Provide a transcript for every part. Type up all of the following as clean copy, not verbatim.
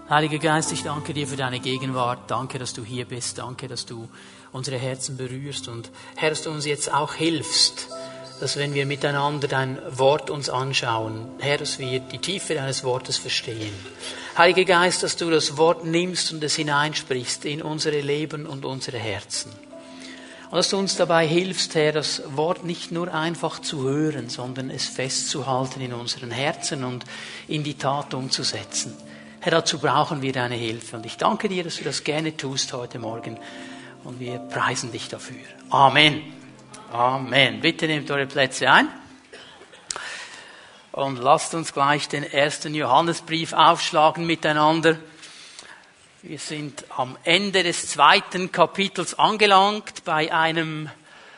Heiliger Geist, ich danke dir für deine Gegenwart. Danke, dass du hier bist. Danke, dass du unsere Herzen berührst. Und Herr, dass du uns jetzt auch hilfst, dass wenn wir miteinander dein Wort uns anschauen, Herr, dass wir die Tiefe deines Wortes verstehen. Heiliger Geist, dass du das Wort nimmst und es hineinsprichst in unsere Leben und unsere Herzen. Und dass du uns dabei hilfst, Herr, das Wort nicht nur einfach zu hören, sondern es festzuhalten in unseren Herzen und in die Tat umzusetzen. Herr, dazu brauchen wir deine Hilfe. Und ich danke dir, dass du das gerne tust heute Morgen. Und wir preisen dich dafür. Amen. Amen. Bitte nehmt eure Plätze ein. Und lasst uns gleich den 1. Johannesbrief aufschlagen miteinander. Wir sind am Ende des 2. Kapitels angelangt bei einem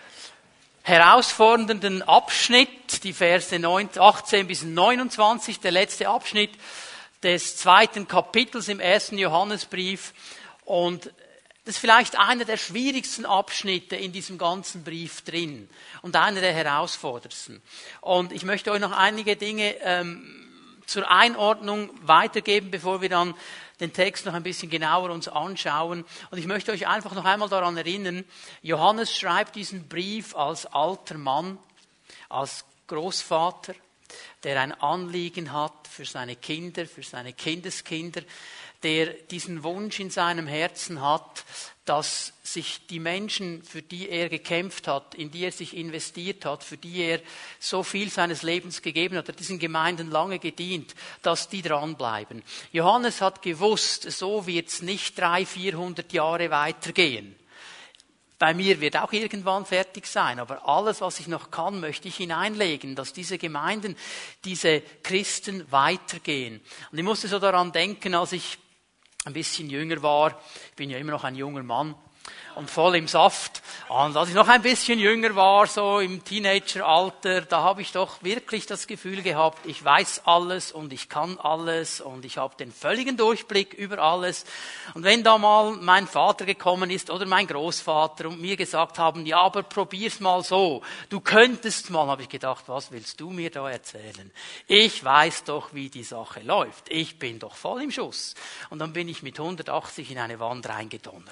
herausfordernden Abschnitt, die Verse 18 bis 29, der letzte Abschnitt des 2. Kapitels im 1. Johannesbrief. Und das ist vielleicht einer der schwierigsten Abschnitte in diesem ganzen Brief drin und einer der herausforderndsten. Und ich möchte euch noch einige Dinge zur Einordnung weitergeben, bevor wir dann den Text noch ein bisschen genauer uns anschauen. Und ich möchte euch einfach noch einmal daran erinnern, Johannes schreibt diesen Brief als alter Mann, als Großvater, der ein Anliegen hat für seine Kinder, für seine Kindeskinder, der diesen Wunsch in seinem Herzen hat, dass sich die Menschen, für die er gekämpft hat, in die er sich investiert hat, für die er so viel seines Lebens gegeben hat diesen Gemeinden lange gedient, dass die dranbleiben. Johannes hat gewusst, so wird's nicht 300-400 Jahre weitergehen. Bei mir wird auch irgendwann fertig sein, aber alles, was ich noch kann, möchte ich hineinlegen, dass diese Gemeinden, diese Christen weitergehen. Und ich musste so daran denken, als ich ein bisschen jünger war, ich bin ja immer noch ein junger Mann und voll im Saft, und als ich noch ein bisschen jünger war, so im Teenageralter, da habe ich doch wirklich das Gefühl gehabt, ich weiß alles und ich kann alles und ich habe den völligen Durchblick über alles. Und wenn da mal mein Vater gekommen ist oder mein Großvater und mir gesagt haben, ja, aber probier's mal so, du könntest mal, habe ich gedacht, was willst du mir da erzählen? Ich weiß doch, wie die Sache läuft. Ich bin doch voll im Schuss. Und dann bin ich mit 180 in eine Wand reingedonnert.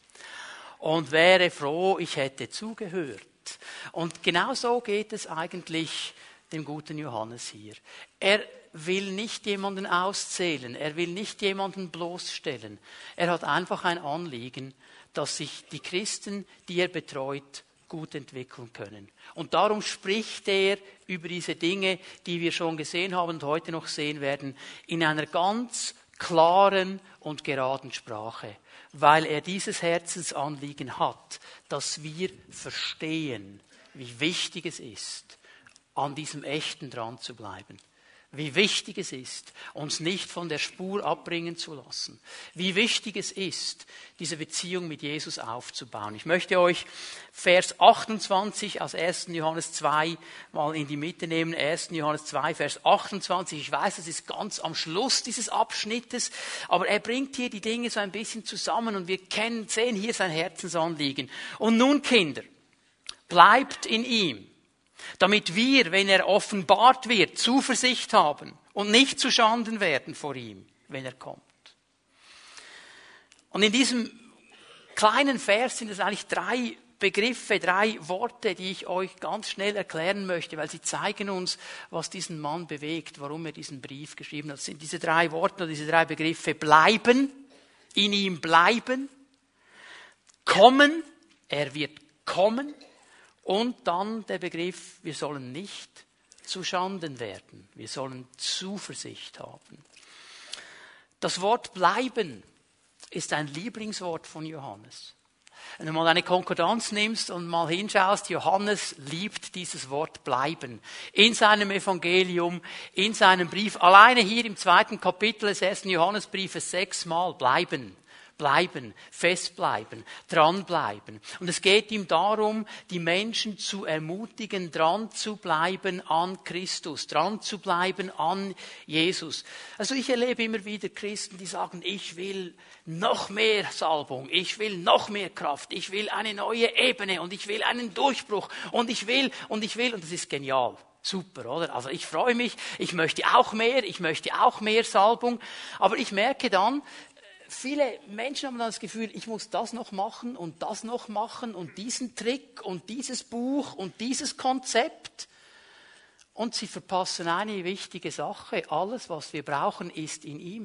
Und wäre froh, ich hätte zugehört. Und genau so geht es eigentlich dem guten Johannes hier. Er will nicht jemanden auszählen, er will nicht jemanden bloßstellen. Er hat einfach ein Anliegen, dass sich die Christen, die er betreut, gut entwickeln können. Und darum spricht er über diese Dinge, die wir schon gesehen haben und heute noch sehen werden, in einer ganz klaren und geraden Sprache, weil er dieses Herzensanliegen hat, dass wir verstehen, wie wichtig es ist, an diesem Echten dran zu bleiben. Wie wichtig es ist, uns nicht von der Spur abbringen zu lassen. Wie wichtig es ist, diese Beziehung mit Jesus aufzubauen. Ich möchte euch Vers 28 aus 1. Johannes 2 mal in die Mitte nehmen. 1. Johannes 2, Vers 28. Ich weiß, das ist ganz am Schluss dieses Abschnittes, aber er bringt hier die Dinge so ein bisschen zusammen und wir sehen hier sein Herzensanliegen. Und nun, Kinder, bleibt in ihm, damit wir, wenn er offenbart wird, Zuversicht haben und nicht zu Schanden werden vor ihm, wenn er kommt. Und in diesem kleinen Vers sind es eigentlich 3 Begriffe, 3 Worte, die ich euch ganz schnell erklären möchte, weil sie zeigen uns, was diesen Mann bewegt, warum er diesen Brief geschrieben hat. Das sind diese 3 Worte oder diese 3 Begriffe: bleiben, in ihm bleiben, kommen, er wird kommen. Und dann der Begriff, wir sollen nicht zu Schanden werden. Wir sollen Zuversicht haben. Das Wort bleiben ist ein Lieblingswort von Johannes. Wenn du mal eine Konkordanz nimmst und mal hinschaust, Johannes liebt dieses Wort bleiben. In seinem Evangelium, in seinem Brief, alleine hier im 2. Kapitel des 1. Johannesbriefes 6-mal bleiben. Bleiben, festbleiben, dranbleiben. Und es geht ihm darum, die Menschen zu ermutigen, dran zu bleiben an Christus, dran zu bleiben an Jesus. Also ich erlebe immer wieder Christen, die sagen, ich will noch mehr Salbung, ich will noch mehr Kraft, ich will eine neue Ebene und ich will einen Durchbruch und ich will und das ist genial. Super, oder? Also ich freue mich, ich möchte auch mehr Salbung. Aber ich merke dann, viele Menschen haben dann das Gefühl, ich muss das noch machen und das noch machen und diesen Trick und dieses Buch und dieses Konzept. Und sie verpassen eine wichtige Sache. Alles, was wir brauchen, ist in ihm.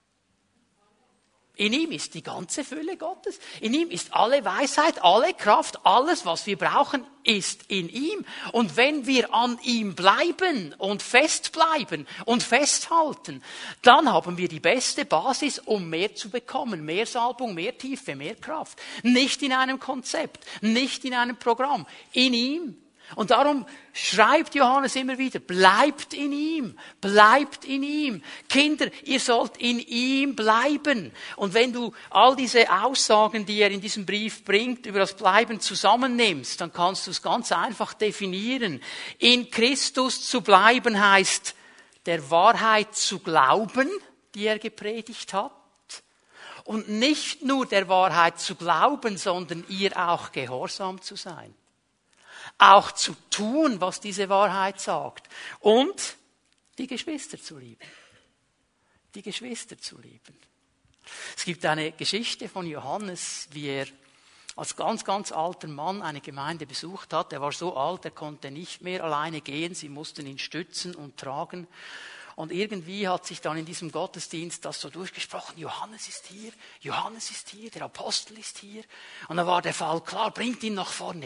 In ihm ist die ganze Fülle Gottes. In ihm ist alle Weisheit, alle Kraft, alles, was wir brauchen, ist in ihm. Und wenn wir an ihm bleiben und festbleiben und festhalten, dann haben wir die beste Basis, um mehr zu bekommen. Mehr Salbung, mehr Tiefe, mehr Kraft. Nicht in einem Konzept, nicht in einem Programm. In ihm. Und darum schreibt Johannes immer wieder, bleibt in ihm, bleibt in ihm. Kinder, ihr sollt in ihm bleiben. Und wenn du all diese Aussagen, die er in diesem Brief bringt, über das Bleiben zusammennimmst, dann kannst du es ganz einfach definieren. In Christus zu bleiben heißt, der Wahrheit zu glauben, die er gepredigt hat. Und nicht nur der Wahrheit zu glauben, sondern ihr auch gehorsam zu sein. Auch zu tun, was diese Wahrheit sagt. Und die Geschwister zu lieben. Die Geschwister zu lieben. Es gibt eine Geschichte von Johannes, wie er als ganz, ganz alter Mann eine Gemeinde besucht hat. Er war so alt, er konnte nicht mehr alleine gehen. Sie mussten ihn stützen und tragen. Und irgendwie hat sich dann in diesem Gottesdienst das so durchgesprochen, Johannes ist hier, der Apostel ist hier. Und dann war der Fall klar, bringt ihn nach vorne.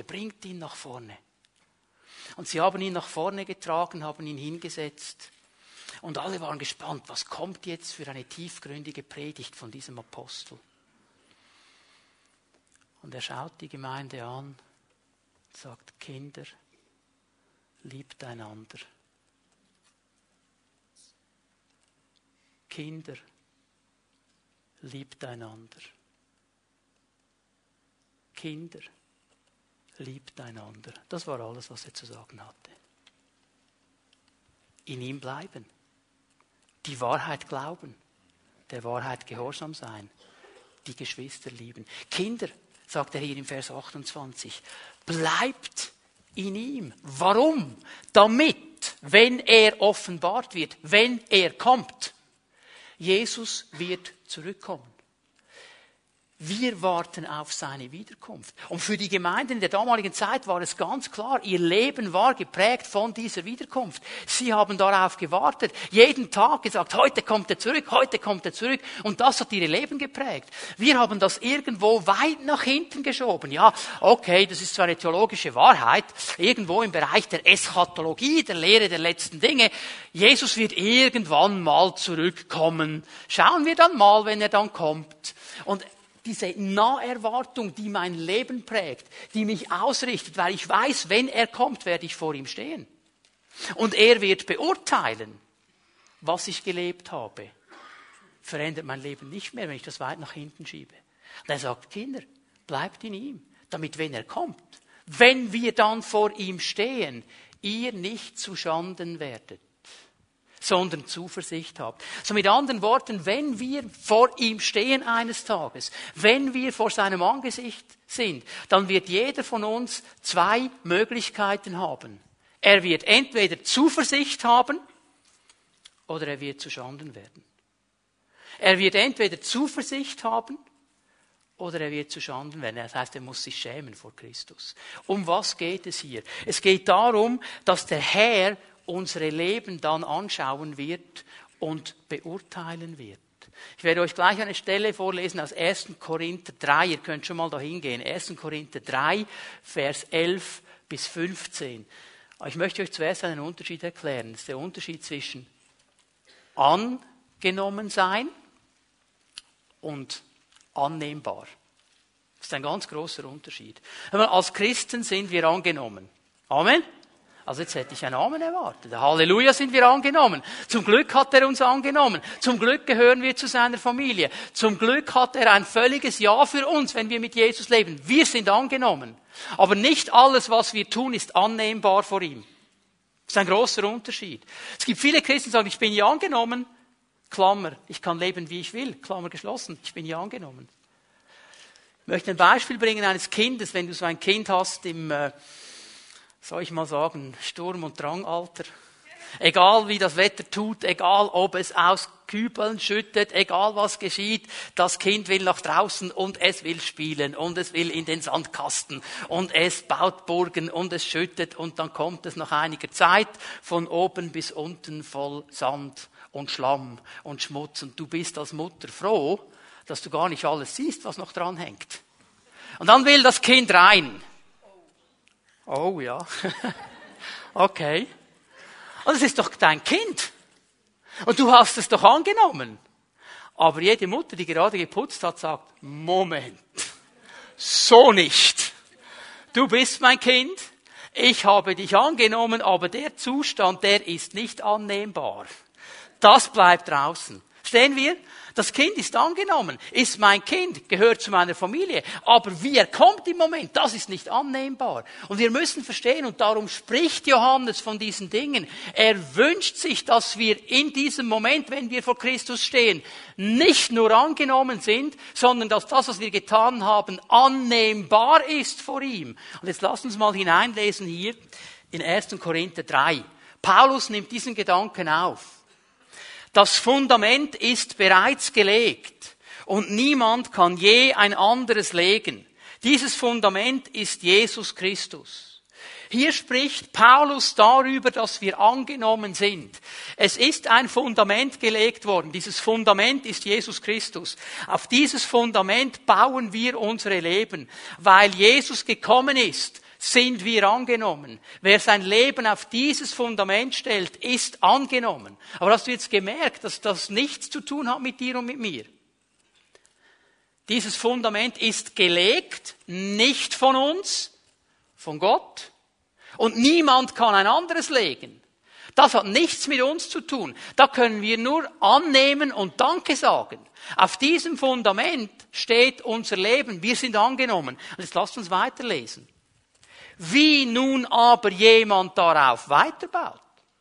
Und sie haben ihn nach vorne getragen, haben ihn hingesetzt. Und alle waren gespannt, was kommt jetzt für eine tiefgründige Predigt von diesem Apostel. Und er schaut die Gemeinde an und sagt, Kinder, liebt einander. Kinder, liebt einander. Kinder, liebt einander. Das war alles, was er zu sagen hatte. In ihm bleiben. Die Wahrheit glauben. Der Wahrheit gehorsam sein. Die Geschwister lieben. Kinder, sagt er hier im Vers 28, bleibt in ihm. Warum? Damit, wenn er offenbart wird, wenn er kommt, Jesus wird zurückkommen. Wir warten auf seine Wiederkunft. Und für die Gemeinden in der damaligen Zeit war es ganz klar, ihr Leben war geprägt von dieser Wiederkunft. Sie haben darauf gewartet, jeden Tag gesagt, heute kommt er zurück, heute kommt er zurück. Und das hat ihre Leben geprägt. Wir haben das irgendwo weit nach hinten geschoben. Ja, okay, das ist zwar eine theologische Wahrheit, irgendwo im Bereich der Eschatologie, der Lehre der letzten Dinge. Jesus wird irgendwann mal zurückkommen. Schauen wir dann mal, wenn er dann kommt. Und diese Naherwartung, die mein Leben prägt, die mich ausrichtet, weil ich weiß, wenn er kommt, werde ich vor ihm stehen. Und er wird beurteilen, was ich gelebt habe. Verändert mein Leben nicht mehr, wenn ich das weit nach hinten schiebe. Und er sagt, Kinder, bleibt in ihm, damit wenn er kommt, wenn wir dann vor ihm stehen, ihr nicht zu Schanden werdet, sondern Zuversicht habt. So mit anderen Worten, wenn wir vor ihm stehen eines Tages, wenn wir vor seinem Angesicht sind, dann wird jeder von uns zwei Möglichkeiten haben. Er wird entweder Zuversicht haben oder er wird zu Schanden werden. Er wird entweder Zuversicht haben oder er wird zu Schanden werden. Das heißt, er muss sich schämen vor Christus. Um was geht es hier? Es geht darum, dass der Herr unsere Leben dann anschauen wird und beurteilen wird. Ich werde euch gleich eine Stelle vorlesen aus 1. Korinther 3. Ihr könnt schon mal da hingehen. 1. Korinther 3, Vers 11 bis 15. Aber ich möchte euch zuerst einen Unterschied erklären. Das ist der Unterschied zwischen angenommen sein und annehmbar. Das ist ein ganz großer Unterschied. Als Christen sind wir angenommen. Amen. Also jetzt hätte ich einen Amen erwartet. Halleluja, sind wir angenommen. Zum Glück hat er uns angenommen. Zum Glück gehören wir zu seiner Familie. Zum Glück hat er ein völliges Ja für uns, wenn wir mit Jesus leben. Wir sind angenommen. Aber nicht alles, was wir tun, ist annehmbar vor ihm. Das ist ein großer Unterschied. Es gibt viele Christen, die sagen, ich bin ja angenommen. Klammer, ich kann leben, wie ich will. Klammer geschlossen, ich bin ja angenommen. Ich möchte ein Beispiel bringen eines Kindes, wenn du so ein Kind hast soll ich mal sagen, Sturm- und Drangalter. Egal wie das Wetter tut, egal ob es aus Kübeln schüttet, egal was geschieht, das Kind will nach draußen und es will spielen und es will in den Sandkasten und es baut Burgen und es schüttet und dann kommt es nach einiger Zeit von oben bis unten voll Sand und Schlamm und Schmutz und du bist als Mutter froh, dass du gar nicht alles siehst, was noch dran hängt. Und dann will das Kind rein. Oh ja. Okay. Und es ist doch dein Kind. Und du hast es doch angenommen. Aber jede Mutter, die gerade geputzt hat, sagt, Moment, so nicht. Du bist mein Kind, ich habe dich angenommen, aber der Zustand, der ist nicht annehmbar. Das bleibt draußen. Verstehen wir? Das Kind ist angenommen, ist mein Kind, gehört zu meiner Familie. Aber wie er kommt im Moment, das ist nicht annehmbar. Und wir müssen verstehen, und darum spricht Johannes von diesen Dingen. Er wünscht sich, dass wir in diesem Moment, wenn wir vor Christus stehen, nicht nur angenommen sind, sondern dass das, was wir getan haben, annehmbar ist vor ihm. Und jetzt lasst uns mal hineinlesen hier in 1. Korinther 3. Paulus nimmt diesen Gedanken auf. Das Fundament ist bereits gelegt und niemand kann je ein anderes legen. Dieses Fundament ist Jesus Christus. Hier spricht Paulus darüber, dass wir angenommen sind. Es ist ein Fundament gelegt worden. Dieses Fundament ist Jesus Christus. Auf dieses Fundament bauen wir unsere Leben, weil Jesus gekommen ist. Sind wir angenommen. Wer sein Leben auf dieses Fundament stellt, ist angenommen. Aber hast du jetzt gemerkt, dass das nichts zu tun hat mit dir und mit mir? Dieses Fundament ist gelegt, nicht von uns, von Gott. Und niemand kann ein anderes legen. Das hat nichts mit uns zu tun. Da können wir nur annehmen und Danke sagen. Auf diesem Fundament steht unser Leben. Wir sind angenommen. Und jetzt lasst uns weiterlesen. Wie nun aber jemand darauf weiterbaut.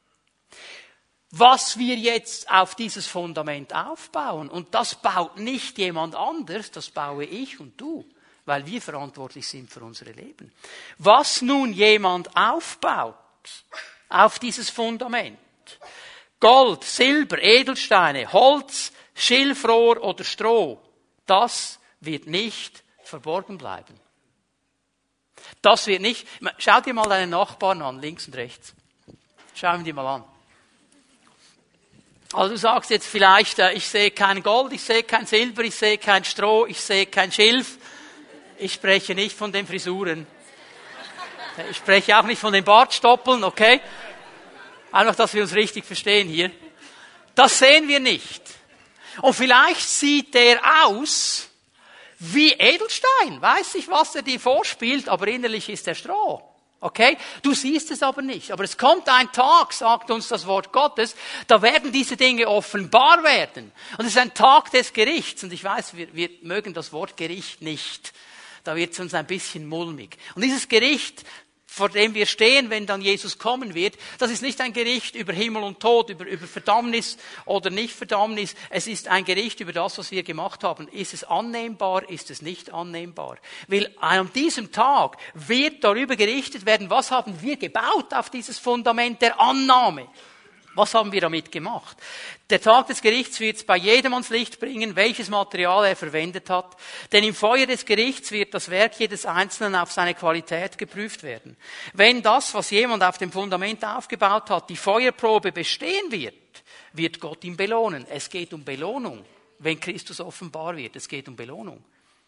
Was wir jetzt auf dieses Fundament aufbauen, und das baut nicht jemand anders, das baue ich und du, weil wir verantwortlich sind für unsere Leben. Was nun jemand aufbaut auf dieses Fundament, Gold, Silber, Edelsteine, Holz, Schilfrohr oder Stroh, das wird nicht verborgen bleiben. Das wird nicht. Schau dir mal deinen Nachbarn an, links und rechts. Schau ihn dir mal an. Also du sagst jetzt vielleicht, ich sehe kein Gold, ich sehe kein Silber, ich sehe kein Stroh, ich sehe kein Schilf. Ich spreche nicht von den Frisuren. Ich spreche auch nicht von den Bartstoppeln, okay? Einfach, dass wir uns richtig verstehen hier. Das sehen wir nicht. Und vielleicht sieht der aus wie Edelstein. Weiß ich, was er dir vorspielt, aber innerlich ist er Stroh. Okay? Du siehst es aber nicht. Aber es kommt ein Tag, sagt uns das Wort Gottes, da werden diese Dinge offenbar werden. Und es ist ein Tag des Gerichts. Und ich weiß, wir mögen das Wort Gericht nicht. Da wird es uns ein bisschen mulmig. Und dieses Gericht, vor dem wir stehen, wenn dann Jesus kommen wird, das ist nicht ein Gericht über Himmel und Tod, über Verdammnis oder nicht Verdammnis. Es ist ein Gericht über das, was wir gemacht haben. Ist es annehmbar, ist es nicht annehmbar? Weil an diesem Tag wird darüber gerichtet werden, was haben wir gebaut auf dieses Fundament der Annahme. Was haben wir damit gemacht? Der Tag des Gerichts wird es bei jedem ans Licht bringen, welches Material er verwendet hat. Denn im Feuer des Gerichts wird das Werk jedes Einzelnen auf seine Qualität geprüft werden. Wenn das, was jemand auf dem Fundament aufgebaut hat, die Feuerprobe bestehen wird, wird Gott ihn belohnen. Es geht um Belohnung, wenn Christus offenbar wird. Es geht um Belohnung.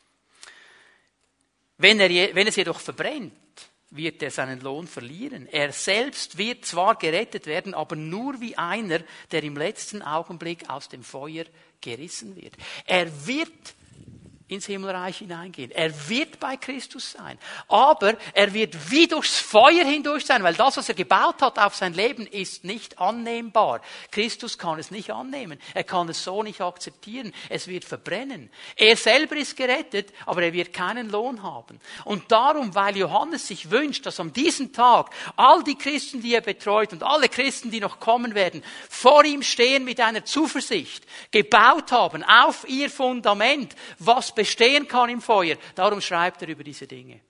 Wenn es jedoch verbrennt, wird er seinen Lohn verlieren. Er selbst wird zwar gerettet werden, aber nur wie einer, der im letzten Augenblick aus dem Feuer gerissen wird. Er wird ins Himmelreich hineingehen. Er wird bei Christus sein. Aber er wird wie durchs Feuer hindurch sein, weil das, was er gebaut hat auf sein Leben, ist nicht annehmbar. Christus kann es nicht annehmen. Er kann es so nicht akzeptieren. Es wird verbrennen. Er selber ist gerettet, aber er wird keinen Lohn haben. Und darum, weil Johannes sich wünscht, dass an diesem Tag all die Christen, die er betreut und alle Christen, die noch kommen werden, vor ihm stehen mit einer Zuversicht, gebaut haben auf ihr Fundament, was bestehen kann im Feuer. Darum schreibt er über diese Dinge.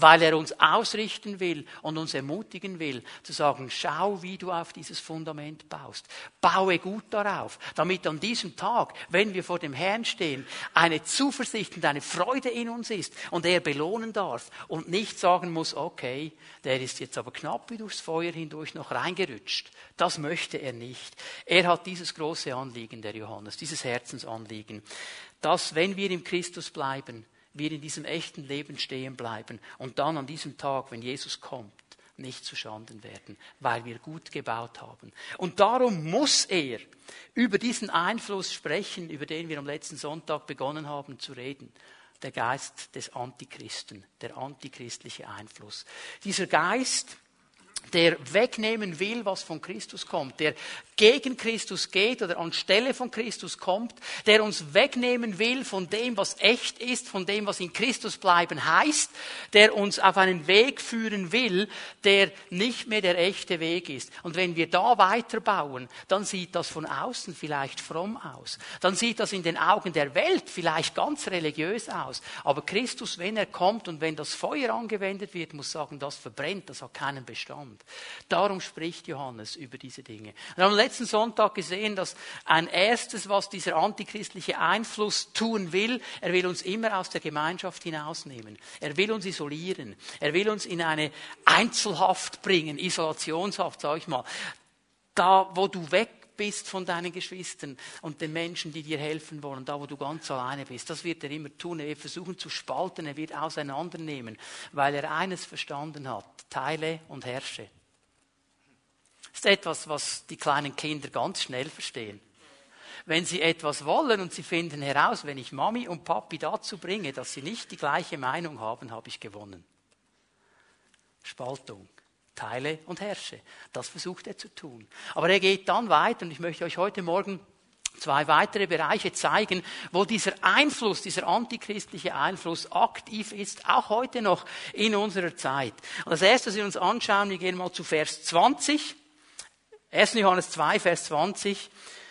weil er uns ausrichten will und uns ermutigen will, zu sagen, schau, wie du auf dieses Fundament baust. Baue gut darauf, damit an diesem Tag, wenn wir vor dem Herrn stehen, eine Zuversicht und eine Freude in uns ist und er belohnen darf und nicht sagen muss, okay, der ist jetzt aber knapp wie durchs Feuer hindurch noch reingerutscht. Das möchte er nicht. Er hat dieses große Anliegen, der Johannes, dieses Herzensanliegen, dass, wenn wir im Christus bleiben, wir in diesem echten Leben stehen bleiben und dann an diesem Tag, wenn Jesus kommt, nicht zu Schanden werden, weil wir gut gebaut haben. Und darum muss er über diesen Einfluss sprechen, über den wir am letzten Sonntag begonnen haben zu reden. Der Geist des Antichristen, der antichristliche Einfluss. Dieser Geist, der wegnehmen will, was von Christus kommt, der gegen Christus geht oder anstelle von Christus kommt, der uns wegnehmen will von dem, was echt ist, von dem, was in Christus bleiben heißt, der uns auf einen Weg führen will, der nicht mehr der echte Weg ist. Und wenn wir da weiterbauen, dann sieht das von außen vielleicht fromm aus. Dann sieht das in den Augen der Welt vielleicht ganz religiös aus. Aber Christus, wenn er kommt und wenn das Feuer angewendet wird, muss sagen, das verbrennt, das hat keinen Bestand. Darum spricht Johannes über diese Dinge. Wir haben letzten Sonntag gesehen, dass ein erstes, was dieser antichristliche Einfluss tun will, er will uns immer aus der Gemeinschaft hinausnehmen. Er will uns isolieren. Er will uns in eine Einzelhaft bringen, Isolationshaft, sag ich mal. Da, wo du weg bist von deinen Geschwistern und den Menschen, die dir helfen wollen, da wo du ganz alleine bist. Das wird er immer tun. Er wird versuchen zu spalten, er wird auseinandernehmen, weil er eines verstanden hat: Teile und herrsche. Das ist etwas, was die kleinen Kinder ganz schnell verstehen. Wenn sie etwas wollen und sie finden heraus, wenn ich Mami und Papi dazu bringe, dass sie nicht die gleiche Meinung haben, habe ich gewonnen. Spaltung. Teile und herrsche. Das versucht er zu tun. Aber er geht dann weiter und ich möchte euch heute Morgen 2 weitere Bereiche zeigen, wo dieser Einfluss, dieser antichristliche Einfluss aktiv ist, auch heute noch in unserer Zeit. Und das erste, was wir uns anschauen, wir gehen mal zu Vers 20. 1. Johannes 2, Vers 20,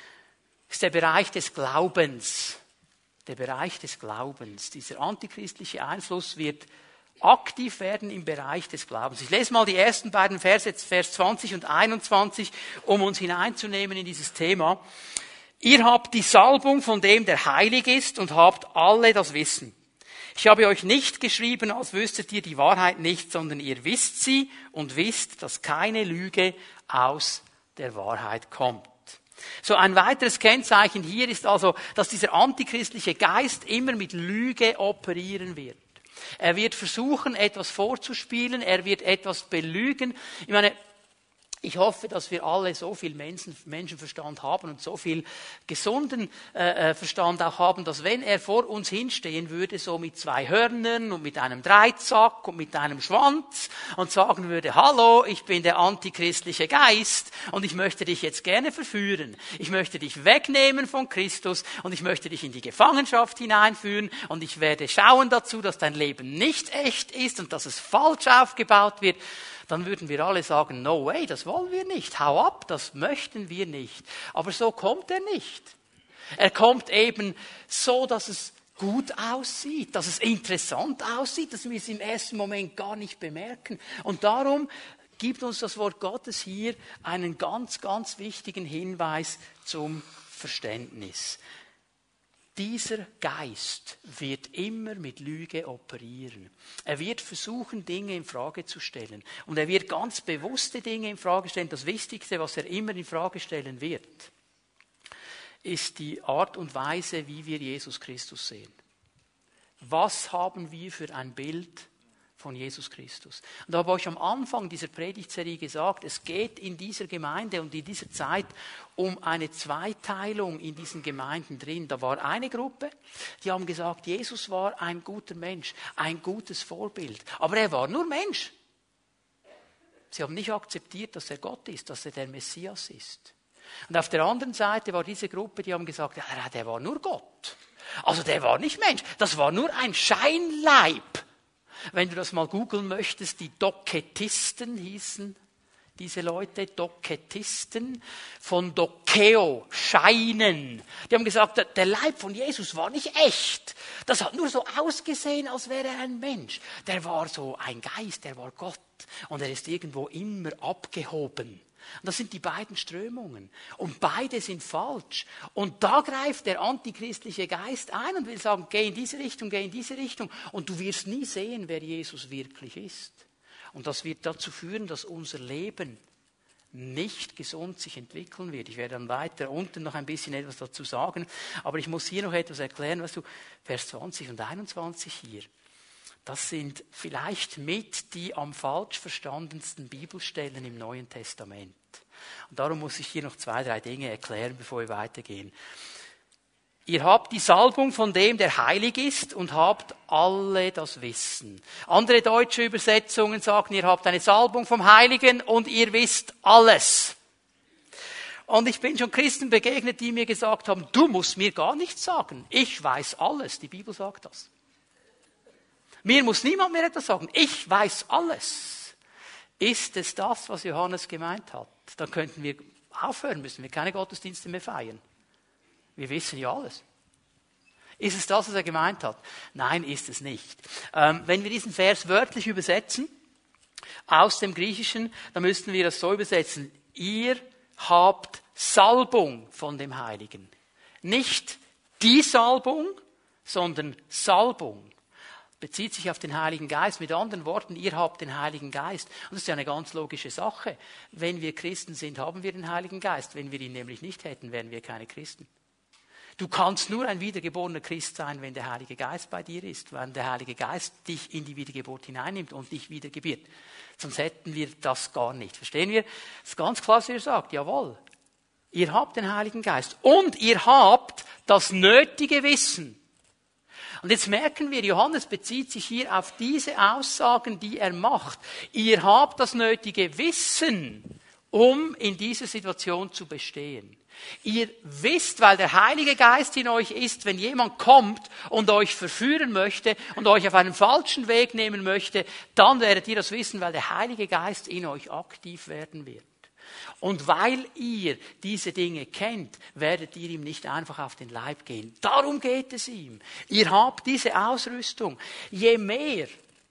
ist der Bereich des Glaubens. Der Bereich des Glaubens. Dieser antichristliche Einfluss wird aktiv werden im Bereich des Glaubens. Ich lese mal die ersten beiden Verse, Vers 20 und 21, um uns hineinzunehmen in dieses Thema. Ihr habt die Salbung von dem, der heilig ist, und habt alle das Wissen. Ich habe euch nicht geschrieben, als wüsstet ihr die Wahrheit nicht, sondern ihr wisst sie und wisst, dass keine Lüge aus der Wahrheit kommt. So, ein weiteres Kennzeichen hier ist also, dass dieser antichristliche Geist immer mit Lüge operieren wird. Er wird versuchen, etwas vorzuspielen, er wird etwas belügen. Ich meine, ich hoffe, dass wir alle so viel Menschenverstand haben und so viel gesunden Verstand auch haben, dass wenn er vor uns hinstehen würde, so mit 2 Hörnern und mit einem Dreizack und mit einem Schwanz und sagen würde: Hallo, ich bin der antichristliche Geist und ich möchte dich jetzt gerne verführen. Ich möchte dich wegnehmen von Christus und ich möchte dich in die Gefangenschaft hineinführen und ich werde schauen dazu, dass dein Leben nicht echt ist und dass es falsch aufgebaut wird. Dann würden wir alle sagen: No way, das wollen wir nicht. Hau ab, das möchten wir nicht. Aber so kommt er nicht. Er kommt eben so, dass es gut aussieht, dass es interessant aussieht, dass wir es im ersten Moment gar nicht bemerken. Und darum gibt uns das Wort Gottes hier einen ganz, ganz wichtigen Hinweis zum Verständnis. Dieser Geist wird immer mit Lüge operieren. Er wird versuchen, Dinge in Frage zu stellen. Und er wird ganz bewusste Dinge in Frage stellen. Das Wichtigste, was er immer in Frage stellen wird, ist die Art und Weise, wie wir Jesus Christus sehen. Was haben wir für ein Bild von Jesus Christus? Und da habe ich am Anfang dieser Predigtserie gesagt, es geht in dieser Gemeinde und in dieser Zeit um eine Zweiteilung in diesen Gemeinden drin. Da war eine Gruppe, die haben gesagt, Jesus war ein guter Mensch, ein gutes Vorbild. Aber er war nur Mensch. Sie haben nicht akzeptiert, dass er Gott ist, dass er der Messias ist. Und auf der anderen Seite war diese Gruppe, die haben gesagt, ja, der war nur Gott. Also der war nicht Mensch, das war nur ein Scheinleib. Wenn du das mal googeln möchtest, die Doketisten hießen diese Leute, Doketisten, von Dokeo, Scheinen. Die haben gesagt, der Leib von Jesus war nicht echt. Das hat nur so ausgesehen, als wäre er ein Mensch. Der war so ein Geist, der war Gott. Und er ist irgendwo immer abgehoben. Und das sind die beiden Strömungen. Und beide sind falsch. Und da greift der antichristliche Geist ein und will sagen, geh in diese Richtung, geh in diese Richtung. Und du wirst nie sehen, wer Jesus wirklich ist. Und das wird dazu führen, dass unser Leben nicht gesund sich entwickeln wird. Ich werde dann weiter unten noch ein bisschen etwas dazu sagen. Aber ich muss hier noch etwas erklären. Weißt du, Vers 20 und 21 hier. Das sind vielleicht mit die am falsch verstandensten Bibelstellen im Neuen Testament. Und darum muss ich hier noch 2, 3 Dinge erklären, bevor wir weitergehen. Ihr habt die Salbung von dem, der heilig ist, und habt alle das Wissen. Andere deutsche Übersetzungen sagen, ihr habt eine Salbung vom Heiligen und ihr wisst alles. Und ich bin schon Christen begegnet, die mir gesagt haben, du musst mir gar nichts sagen. Ich weiß alles. Die Bibel sagt das. Mir muss niemand mehr etwas sagen. Ich weiß alles. Ist es das, was Johannes gemeint hat? Dann könnten wir aufhören, müssen wir keine Gottesdienste mehr feiern. Wir wissen ja alles. Ist es das, was er gemeint hat? Nein, ist es nicht. Wenn wir diesen Vers wörtlich übersetzen, aus dem Griechischen, dann müssten wir das so übersetzen. Ihr habt Salbung von dem Heiligen. Nicht die Salbung, sondern Salbung. Bezieht sich auf den Heiligen Geist. Mit anderen Worten, ihr habt den Heiligen Geist. Und das ist ja eine ganz logische Sache. Wenn wir Christen sind, haben wir den Heiligen Geist. Wenn wir ihn nämlich nicht hätten, wären wir keine Christen. Du kannst nur ein wiedergeborener Christ sein, wenn der Heilige Geist bei dir ist, wenn der Heilige Geist dich in die Wiedergeburt hineinnimmt und dich wiedergebiert. Sonst hätten wir das gar nicht. Verstehen wir? Es ist ganz klar, was ihr sagt. Jawohl. Ihr habt den Heiligen Geist. Und ihr habt das nötige Wissen. Und jetzt merken wir, Johannes bezieht sich hier auf diese Aussagen, die er macht. Ihr habt das nötige Wissen, um in dieser Situation zu bestehen. Ihr wisst, weil der Heilige Geist in euch ist, wenn jemand kommt und euch verführen möchte und euch auf einen falschen Weg nehmen möchte, dann werdet ihr das wissen, weil der Heilige Geist in euch aktiv werden wird. Und weil ihr diese Dinge kennt, werdet ihr ihm nicht einfach auf den Leib gehen. Darum geht es ihm. Ihr habt diese Ausrüstung. Je mehr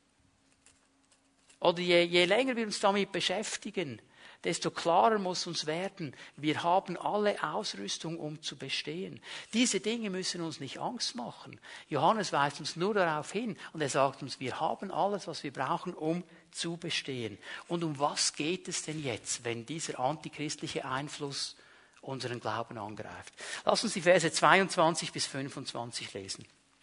oder je länger wir uns damit beschäftigen, desto klarer muss uns werden, wir haben alle Ausrüstung, um zu bestehen. Diese Dinge müssen uns nicht Angst machen. Johannes weist uns nur darauf hin und er sagt uns, wir haben alles, was wir brauchen, um zu bestehen. Und um was geht es denn jetzt, wenn dieser antichristliche Einfluss unseren Glauben angreift? Lass uns die Verse 22 bis 25 lesen.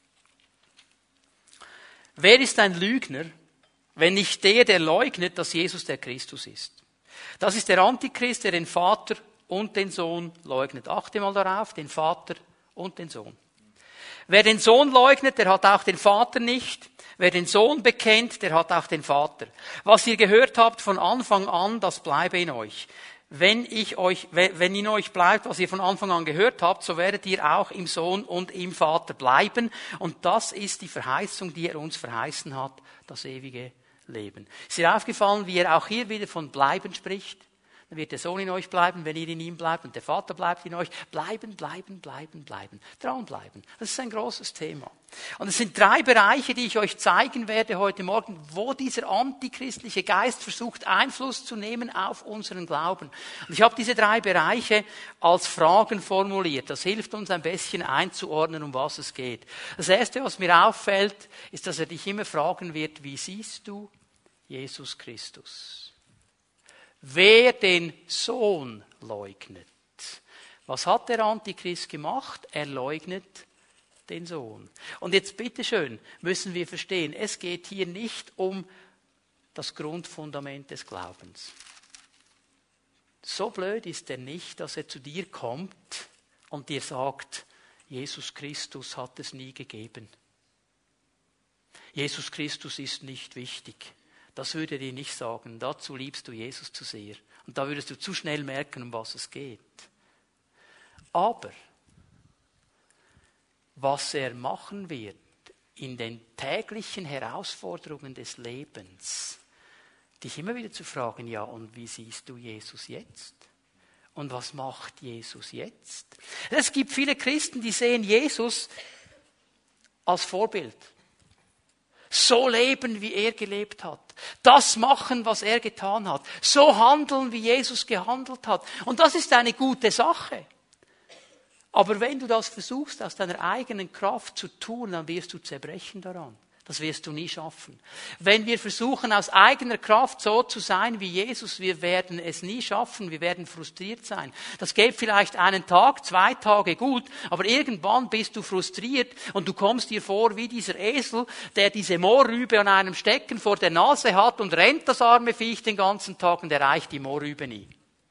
Wer ist ein Lügner, wenn nicht der leugnet, dass Jesus der Christus ist? Das ist der Antichrist, der den Vater und den Sohn leugnet. Achte mal darauf, den Vater und den Sohn. Wer den Sohn leugnet, der hat auch den Vater nicht. Wer den Sohn bekennt, der hat auch den Vater. Was ihr gehört habt von Anfang an, das bleibe in euch. Wenn in euch bleibt, was ihr von Anfang an gehört habt, so werdet ihr auch im Sohn und im Vater bleiben. Und das ist die Verheißung, die er uns verheißen hat, das ewige Leben. Ist dir aufgefallen, wie er auch hier wieder von bleiben spricht? Dann wird der Sohn in euch bleiben, wenn ihr in ihm bleibt, und der Vater bleibt in euch. Bleiben, bleiben, bleiben, bleiben. Dranbleiben. Das ist ein großes Thema. Und es sind 3 Bereiche, die ich euch zeigen werde heute Morgen, wo dieser antichristliche Geist versucht, Einfluss zu nehmen auf unseren Glauben. Und ich habe diese 3 Bereiche als Fragen formuliert. Das hilft uns ein bisschen einzuordnen, um was es geht. Das Erste, was mir auffällt, ist, dass er dich immer fragen wird, wie siehst du Jesus Christus? Wer den Sohn leugnet. Was hat der Antichrist gemacht? Er leugnet den Sohn. Und jetzt bitteschön, müssen wir verstehen, es geht hier nicht um das Grundfundament des Glaubens. So blöd ist er nicht, dass er zu dir kommt und dir sagt, Jesus Christus hat es nie gegeben. Jesus Christus ist nicht wichtig. Das würde er dir nicht sagen. Dazu liebst du Jesus zu sehr. Und da würdest du zu schnell merken, um was es geht. Aber was er machen wird in den täglichen Herausforderungen des Lebens, dich immer wieder zu fragen, ja, und wie siehst du Jesus jetzt? Und was macht Jesus jetzt? Es gibt viele Christen, die sehen Jesus als Vorbild. So leben, wie er gelebt hat. Das machen, was er getan hat. So handeln, wie Jesus gehandelt hat. Und das ist eine gute Sache. Aber wenn du das versuchst, aus deiner eigenen Kraft zu tun, dann wirst du zerbrechen daran. Das wirst du nie schaffen. Wenn wir versuchen, aus eigener Kraft so zu sein wie Jesus, wir werden es nie schaffen, wir werden frustriert sein. Das geht vielleicht einen Tag, 2 Tage gut, aber irgendwann bist du frustriert und du kommst dir vor wie dieser Esel, der diese Mohrrübe an einem Stecken vor der Nase hat und rennt das arme Viech den ganzen Tag und erreicht die Mohrrübe nie.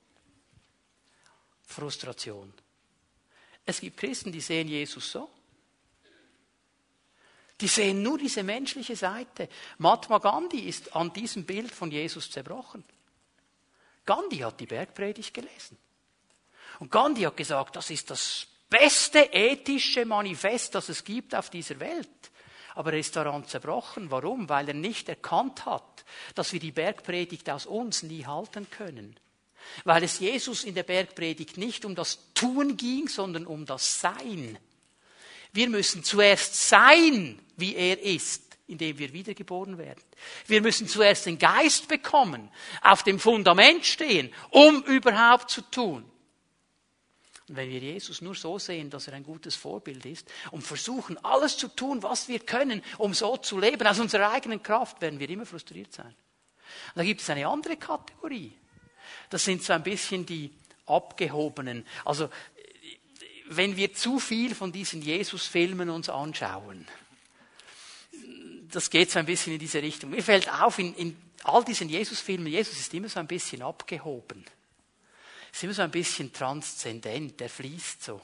Frustration. Es gibt Christen, die sehen Jesus so. Die sehen nur diese menschliche Seite. Mahatma Gandhi ist an diesem Bild von Jesus zerbrochen. Gandhi hat die Bergpredigt gelesen. Und Gandhi hat gesagt, das ist das beste ethische Manifest, das es gibt auf dieser Welt. Aber er ist daran zerbrochen. Warum? Weil er nicht erkannt hat, dass wir die Bergpredigt aus uns nie halten können. Weil es Jesus in der Bergpredigt nicht um das Tun ging, sondern um das Sein. Wir müssen zuerst sein, wie er ist, indem wir wiedergeboren werden. Wir müssen zuerst den Geist bekommen, auf dem Fundament stehen, um überhaupt zu tun. Und wenn wir Jesus nur so sehen, dass er ein gutes Vorbild ist und versuchen, alles zu tun, was wir können, um so zu leben, aus unserer eigenen Kraft, werden wir immer frustriert sein. Und da gibt es eine andere Kategorie. Das sind so ein bisschen die Abgehobenen. Also, wenn wir zu viel von diesen Jesus-Filmen uns anschauen, das geht so ein bisschen in diese Richtung. Mir fällt auf, in all diesen Jesus-Filmen, Jesus ist immer so ein bisschen abgehoben. Ist immer so ein bisschen transzendent, der fließt so.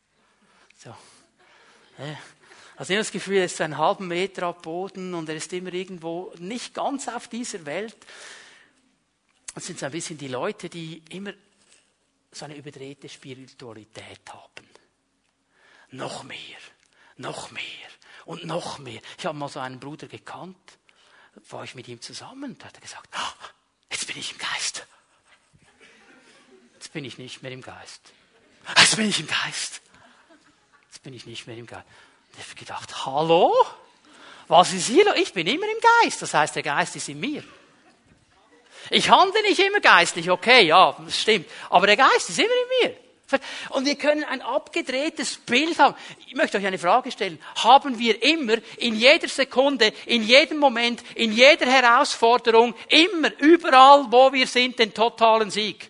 Also ich habe das Gefühl, er ist so einen halben Meter ab Boden und er ist immer irgendwo nicht ganz auf dieser Welt. Das sind so ein bisschen die Leute, die immer so eine überdrehte Spiritualität haben. Noch mehr und noch mehr. Ich habe mal so einen Bruder gekannt, war ich mit ihm zusammen, da hat er gesagt, jetzt bin ich im Geist. Jetzt bin ich nicht mehr im Geist. Jetzt bin ich im Geist. Jetzt bin ich nicht mehr im Geist. Und ich habe gedacht, hallo? Was ist hier los? Ich bin immer im Geist. Das heißt, der Geist ist in mir. Ich handle nicht immer geistlich, okay, ja, das stimmt. Aber der Geist ist immer in mir. Und wir können ein abgedrehtes Bild haben. Ich möchte euch eine Frage stellen. Haben wir immer, in jeder Sekunde, in jedem Moment, in jeder Herausforderung, immer, überall, wo wir sind, den totalen Sieg?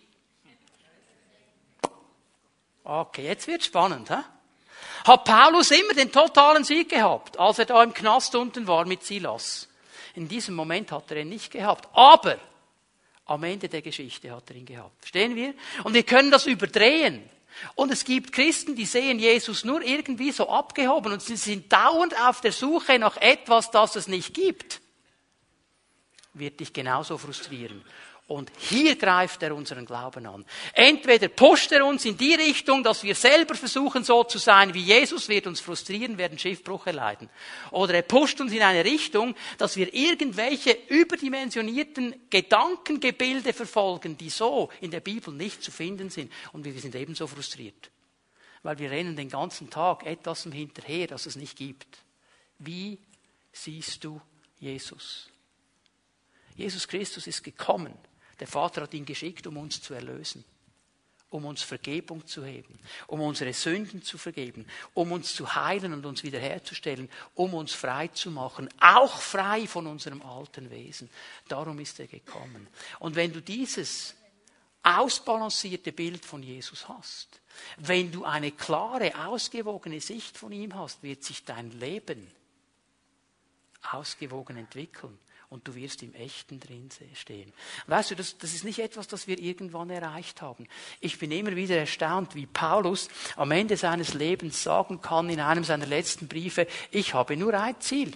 Okay, jetzt wird's spannend, hä? Hat Paulus immer den totalen Sieg gehabt, als er da im Knast unten war mit Silas? In diesem Moment hat er ihn nicht gehabt. Aber am Ende der Geschichte hat er ihn gehabt. Verstehen wir? Und wir können das überdrehen. Und es gibt Christen, die sehen Jesus nur irgendwie so abgehoben und sie sind dauernd auf der Suche nach etwas, das es nicht gibt. Wird dich genauso frustrieren. Und hier greift er unseren Glauben an. Entweder pusht er uns in die Richtung, dass wir selber versuchen, so zu sein wie Jesus, wird uns frustrieren, werden Schiffbruch erleiden. Oder er pusht uns in eine Richtung, dass wir irgendwelche überdimensionierten Gedankengebilde verfolgen, die so in der Bibel nicht zu finden sind. Und wir sind ebenso frustriert. Weil wir rennen den ganzen Tag etwas hinterher, das es nicht gibt. Wie siehst du Jesus? Jesus Christus ist gekommen. Der Vater hat ihn geschickt, um uns zu erlösen, um uns Vergebung zu geben, um unsere Sünden zu vergeben, um uns zu heilen und uns wiederherzustellen, um uns frei zu machen, auch frei von unserem alten Wesen. Darum ist er gekommen. Und wenn du dieses ausbalancierte Bild von Jesus hast, wenn du eine klare, ausgewogene Sicht von ihm hast, wird sich dein Leben ausgewogen entwickeln. Und du wirst im Echten drin stehen. Weißt du, das ist nicht etwas, das wir irgendwann erreicht haben. Ich bin immer wieder erstaunt, wie Paulus am Ende seines Lebens sagen kann, in einem seiner letzten Briefe, ich habe nur ein Ziel.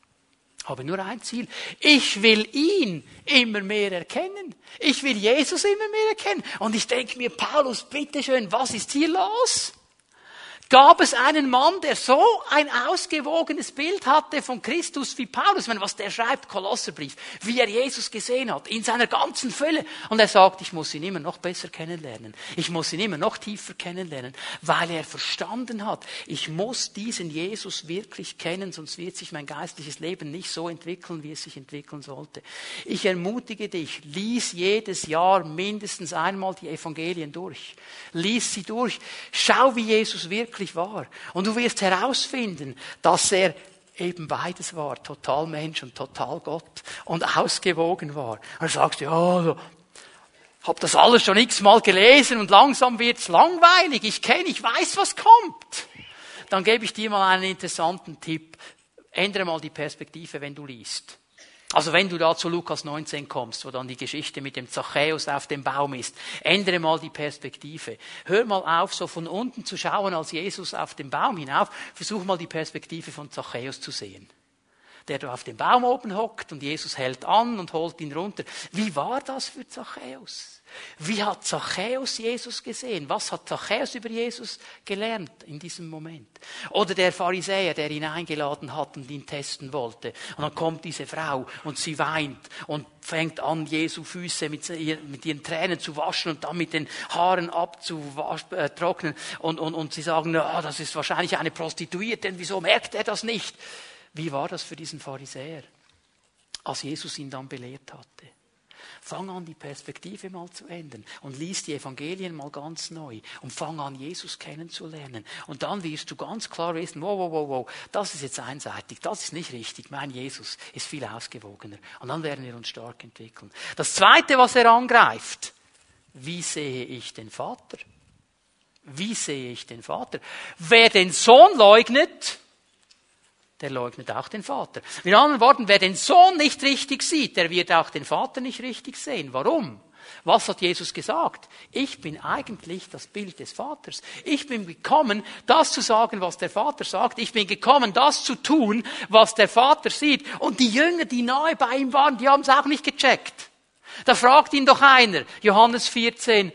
Ich will ihn immer mehr erkennen. Ich will Jesus immer mehr erkennen. Und ich denke mir, Paulus, bitteschön, was ist hier los? gab es einen Mann, der so ein ausgewogenes Bild hatte von Christus wie Paulus. Ich meine, was der schreibt, Kolosserbrief, wie er Jesus gesehen hat, in seiner ganzen Fülle. Und er sagt, ich muss ihn immer noch besser kennenlernen. Ich muss ihn immer noch tiefer kennenlernen, weil er verstanden hat, ich muss diesen Jesus wirklich kennen, sonst wird sich mein geistliches Leben nicht so entwickeln, wie es sich entwickeln sollte. Ich ermutige dich, lies jedes Jahr mindestens einmal die Evangelien durch. Lies sie durch. Schau, wie Jesus wirklich war. Und du wirst herausfinden, dass er eben beides war. Total Mensch und total Gott. Und ausgewogen war. Und du sagst, ja, also, hab das alles schon x-mal gelesen und langsam wird's langweilig. Ich weiß, was kommt. Dann gebe ich dir mal einen interessanten Tipp. Ändere mal die Perspektive, wenn du liest. Also wenn du da zu Lukas 19 kommst, wo dann die Geschichte mit dem Zachäus auf dem Baum ist, ändere mal die Perspektive. Hör mal auf, so von unten zu schauen als Jesus auf den Baum hinauf. Versuch mal die Perspektive von Zachäus zu sehen. Der da auf dem Baum oben hockt und Jesus hält an und holt ihn runter. Wie war das für Zachäus? Wie hat Zachäus Jesus gesehen? Was hat Zachäus über Jesus gelernt in diesem Moment? Oder der Pharisäer, der ihn eingeladen hat und ihn testen wollte. Und dann kommt diese Frau und sie weint und fängt an, Jesu Füße mit ihren Tränen zu waschen und dann mit den Haaren abzutrocknen. Und sie sagen, ja, das ist wahrscheinlich eine Prostituierte, denn wieso merkt er das nicht? Wie war das für diesen Pharisäer, als Jesus ihn dann belehrt hatte? Fang an, die Perspektive mal zu ändern und lies die Evangelien mal ganz neu und fang an, Jesus kennenzulernen. Und dann wirst du ganz klar wissen, wow, das ist jetzt einseitig, das ist nicht richtig, mein Jesus ist viel ausgewogener. Und dann werden wir uns stark entwickeln. Das Zweite, was er angreift, wie sehe ich den Vater? Wie sehe ich den Vater? Wer den Sohn leugnet, der leugnet auch den Vater. Mit anderen Worten, wer den Sohn nicht richtig sieht, der wird auch den Vater nicht richtig sehen. Warum? Was hat Jesus gesagt? Ich bin eigentlich das Bild des Vaters. Ich bin gekommen, das zu sagen, was der Vater sagt. Ich bin gekommen, das zu tun, was der Vater sieht. Und die Jünger, die nahe bei ihm waren, die haben es auch nicht gecheckt. Da fragt ihn doch einer, Johannes 14,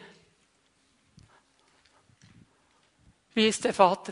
wie ist der Vater?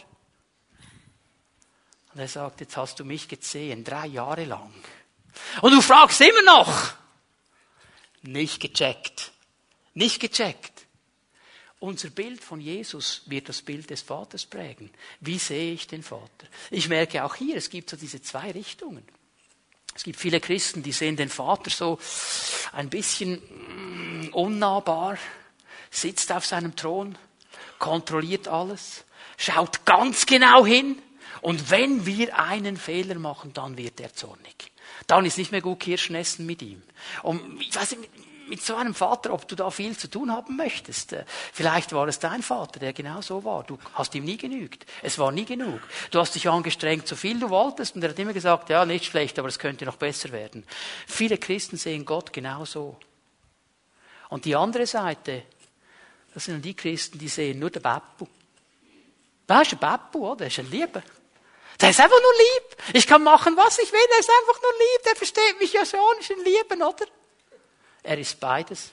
Und er sagt, jetzt hast du mich gesehen, 3 Jahre lang. Und du fragst immer noch. Nicht gecheckt. Nicht gecheckt. Unser Bild von Jesus wird das Bild des Vaters prägen. Wie sehe ich den Vater? Ich merke auch hier, es gibt so diese 2 Richtungen. Es gibt viele Christen, die sehen den Vater so ein bisschen unnahbar, sitzt auf seinem Thron, kontrolliert alles, schaut ganz genau hin. Und wenn wir einen Fehler machen, dann wird er zornig. Dann ist nicht mehr gut Kirschen essen mit ihm. Und ich weiß nicht, mit so einem Vater, ob du da viel zu tun haben möchtest. Vielleicht war es dein Vater, der genau so war. Du hast ihm nie genügt. Es war nie genug. Du hast dich angestrengt, so viel du wolltest. Und er hat immer gesagt, ja, nicht schlecht, aber es könnte noch besser werden. Viele Christen sehen Gott genau so. Und die andere Seite, das sind die Christen, die sehen nur den Beppu. Da ist ein Beppu, oder? Der ist ein Lieber. Der ist einfach nur lieb. Ich kann machen, was ich will. Der ist einfach nur lieb. Der versteht mich ja schon. Ist ein Lieben, oder? Er ist beides.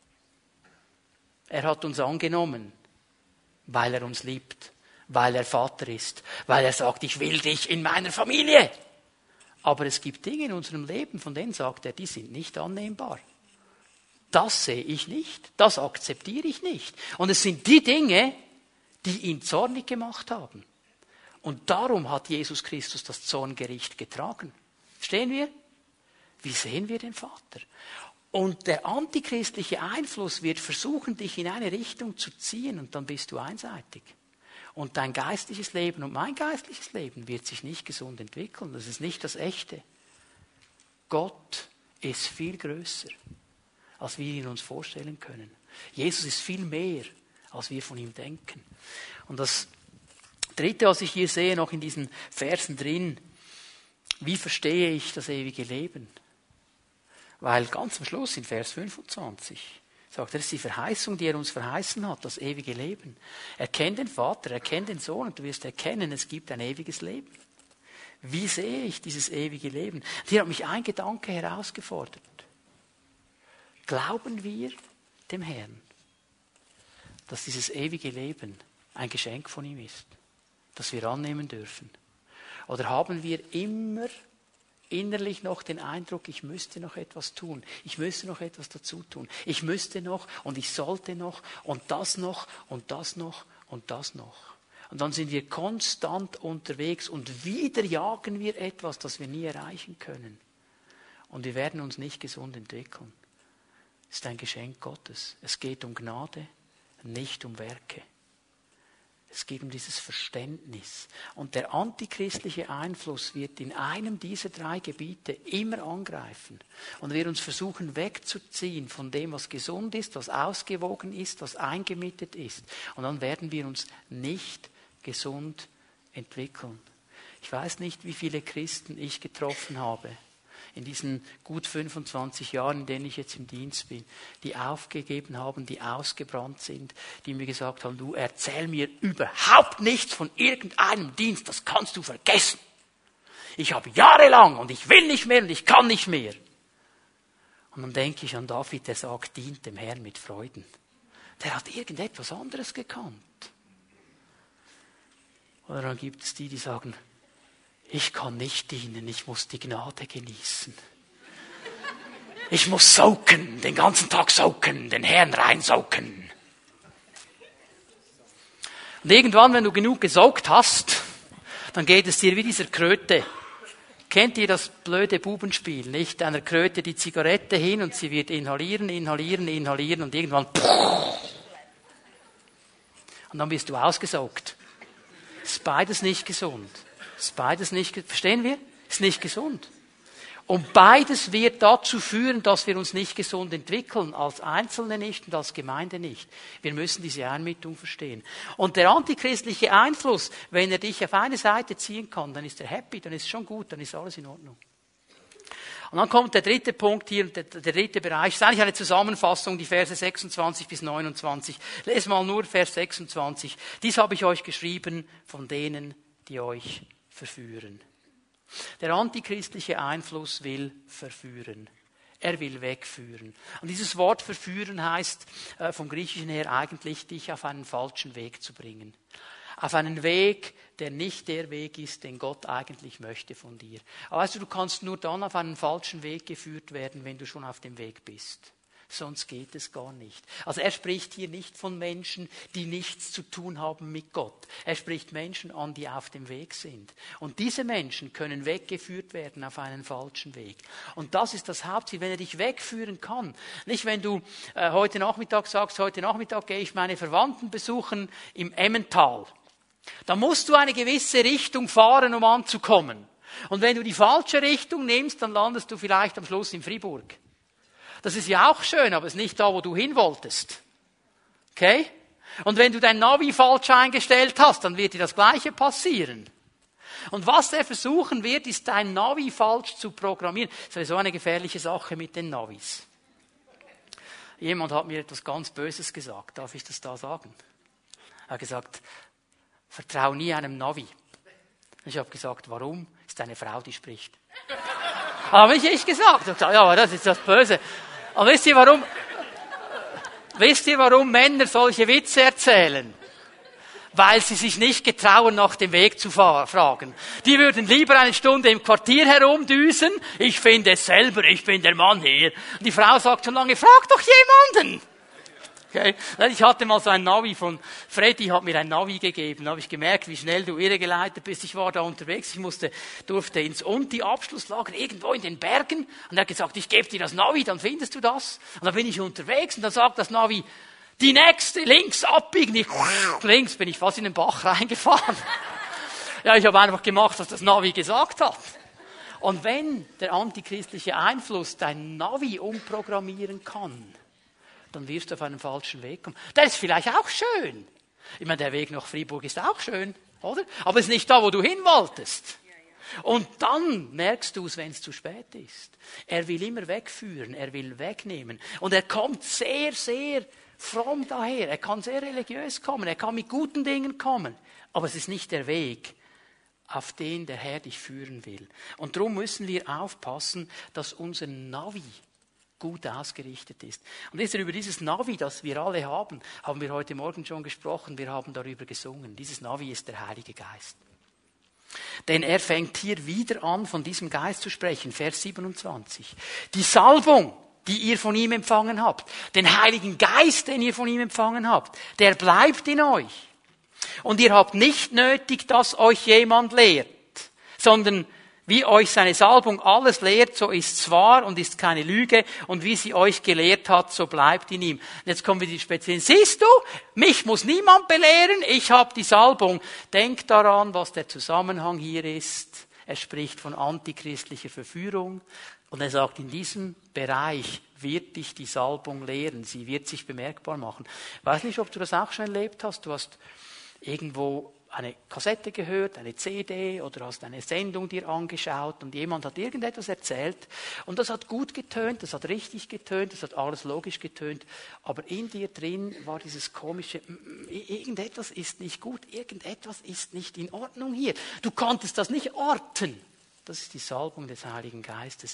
Er hat uns angenommen, weil er uns liebt, weil er Vater ist, weil er sagt, ich will dich in meiner Familie. Aber es gibt Dinge in unserem Leben, von denen sagt er, die sind nicht annehmbar. Das sehe ich nicht. Das akzeptiere ich nicht. Und es sind die Dinge, die ihn zornig gemacht haben. Und darum hat Jesus Christus das Zorngericht getragen. Verstehen wir? Wie sehen wir den Vater? Und der antichristliche Einfluss wird versuchen, dich in eine Richtung zu ziehen und dann bist du einseitig. Und dein geistliches Leben und mein geistliches Leben wird sich nicht gesund entwickeln. Das ist nicht das Echte. Gott ist viel größer, als wir ihn uns vorstellen können. Jesus ist viel mehr, als wir von ihm denken. Und das Dritte, was ich hier sehe, noch in diesen Versen drin, wie verstehe ich das ewige Leben? Weil ganz am Schluss in Vers 25 sagt er, das ist die Verheißung, die er uns verheißen hat, das ewige Leben. Erkenn den Vater, erkenn den Sohn und du wirst erkennen, es gibt ein ewiges Leben. Wie sehe ich dieses ewige Leben? Hier hat mich ein Gedanke herausgefordert. Glauben wir dem Herrn, dass dieses ewige Leben ein Geschenk von ihm ist? das wir annehmen dürfen? Oder haben wir immer innerlich noch den Eindruck, ich müsste noch etwas tun, ich müsste noch etwas dazu tun, ich müsste noch und ich sollte noch und das noch und das noch und das noch. Und dann sind wir konstant unterwegs und wieder jagen wir etwas, das wir nie erreichen können. Und wir werden uns nicht gesund entwickeln. Es ist ein Geschenk Gottes. Es geht um Gnade, nicht um Werke. Es geht um dieses Verständnis. Und der antichristliche Einfluss wird in einem dieser 3 Gebiete immer angreifen. Und wir uns versuchen wegzuziehen von dem, was gesund ist, was ausgewogen ist, was eingemietet ist. Und dann werden wir uns nicht gesund entwickeln. Ich weiß nicht, wie viele Christen ich getroffen habe in diesen gut 25 Jahren, in denen ich jetzt im Dienst bin, die aufgegeben haben, die ausgebrannt sind, die mir gesagt haben, du erzähl mir überhaupt nichts von irgendeinem Dienst, das kannst du vergessen. Ich habe jahrelang und ich will nicht mehr und ich kann nicht mehr. Und dann denke ich an David, der sagt, dient dem Herrn mit Freuden. Der hat irgendetwas anderes gekannt. Oder dann gibt es die, die sagen, ich kann nicht dienen, ich muss die Gnade genießen. Ich muss saugen, den ganzen Tag saugen, den Herrn reinsaugen. Und irgendwann, wenn du genug gesaugt hast, dann geht es dir wie dieser Kröte. Kennt ihr das blöde Bubenspiel, nicht? Einer Kröte die Zigarette hin und sie wird inhalieren und irgendwann und dann bist du ausgesaugt. Ist beides nicht gesund. Ist beides nicht, verstehen wir? Ist nicht gesund. Und beides wird dazu führen, dass wir uns nicht gesund entwickeln, als Einzelne nicht und als Gemeinde nicht. Wir müssen diese Einmittlung verstehen. Und der antichristliche Einfluss, wenn er dich auf eine Seite ziehen kann, dann ist er happy, dann ist es schon gut, dann ist alles in Ordnung. Und dann kommt der 3. Punkt hier, der 3. Bereich. Das ist eigentlich eine Zusammenfassung, die Verse 26 bis 29. Lese mal nur Vers 26. Dies habe ich euch geschrieben von denen, die euch verführen. Der antichristliche Einfluss will verführen. Er will wegführen. Und dieses Wort verführen heißt vom Griechischen her eigentlich, dich auf einen falschen Weg zu bringen. Auf einen Weg, der nicht der Weg ist, den Gott eigentlich möchte von dir. Aber weißt du, du kannst nur dann auf einen falschen Weg geführt werden, wenn du schon auf dem Weg bist. Sonst geht es gar nicht. Also er spricht hier nicht von Menschen, die nichts zu tun haben mit Gott. Er spricht Menschen an, die auf dem Weg sind. Und diese Menschen können weggeführt werden auf einen falschen Weg. Und das ist das Hauptziel, wenn er dich wegführen kann. Nicht, wenn du heute Nachmittag sagst, heute Nachmittag gehe ich meine Verwandten besuchen im Emmental. Da musst du eine gewisse Richtung fahren, um anzukommen. Und wenn du die falsche Richtung nimmst, dann landest du vielleicht am Schluss in Fribourg. Das ist ja auch schön, aber es ist nicht da, wo du hin wolltest. Okay? Und wenn du dein Navi falsch eingestellt hast, dann wird dir das Gleiche passieren. Und was er versuchen wird, ist dein Navi falsch zu programmieren. Das ist sowieso eine gefährliche Sache mit den Navis. Jemand hat mir etwas ganz Böses gesagt. Darf ich das da sagen? Er hat gesagt, vertrau nie einem Navi. Ich habe gesagt, warum? Ist eine Frau, die spricht. Habe ich gesagt. Ich gesagt, ja, aber das ist das Böse. Aber wisst ihr, warum Männer solche Witze erzählen? Weil sie sich nicht getrauen, nach dem Weg zu fragen. Die würden lieber eine Stunde im Quartier herumdüsen. Ich finde es selber, ich bin der Mann hier. Und die Frau sagt schon lange, frag doch jemanden. Okay. Ich hatte mal so ein Navi von Freddy, hat mir ein Navi gegeben. Da habe ich gemerkt, wie schnell du irregeleitet bist. Ich war da unterwegs. Ich durfte ins Unti-Abschlusslager irgendwo in den Bergen. Und er hat gesagt, ich gebe dir das Navi, dann findest du das. Und dann bin ich unterwegs und dann sagt das Navi, die nächste links abbiegen. Links bin ich fast in den Bach reingefahren. Ja, ich habe einfach gemacht, was das Navi gesagt hat. Und wenn der antichristliche Einfluss dein Navi umprogrammieren kann, dann wirst du auf einen falschen Weg kommen. Das ist vielleicht auch schön. Ich meine, der Weg nach Fribourg ist auch schön, oder? Aber es ist nicht da, wo du hin wolltest. Und dann merkst du es, wenn es zu spät ist. Er will immer wegführen, er will wegnehmen. Und er kommt sehr, sehr fromm daher. Er kann sehr religiös kommen, er kann mit guten Dingen kommen. Aber es ist nicht der Weg, auf den der Herr dich führen will. Und darum müssen wir aufpassen, dass unser Navi gut ausgerichtet ist. Und jetzt über dieses Navi, das wir alle haben wir heute Morgen schon gesprochen, wir haben darüber gesungen. Dieses Navi ist der Heilige Geist. Denn er fängt hier wieder an, von diesem Geist zu sprechen, Vers 27. Die Salbung, die ihr von ihm empfangen habt, den Heiligen Geist, den ihr von ihm empfangen habt, der bleibt in euch. Und ihr habt nicht nötig, dass euch jemand lehrt, sondern wie euch seine Salbung alles lehrt, so ist's wahr und ist keine Lüge. Und wie sie euch gelehrt hat, so bleibt in ihm. Und jetzt kommen wir die Speziellen. Siehst du, mich muss niemand belehren, ich habe die Salbung. Denk daran, was der Zusammenhang hier ist. Er spricht von antichristlicher Verführung. Und er sagt, in diesem Bereich wird dich die Salbung lehren. Sie wird sich bemerkbar machen. Ich weiß nicht, ob du das auch schon erlebt hast. Du hast irgendwo eine Kassette gehört, eine CD oder hast eine Sendung dir angeschaut und jemand hat irgendetwas erzählt und das hat gut getönt, das hat richtig getönt, das hat alles logisch getönt, aber in dir drin war dieses komische, irgendetwas ist nicht gut, irgendetwas ist nicht in Ordnung hier. Du konntest das nicht orten. Das ist die Salbung des Heiligen Geistes.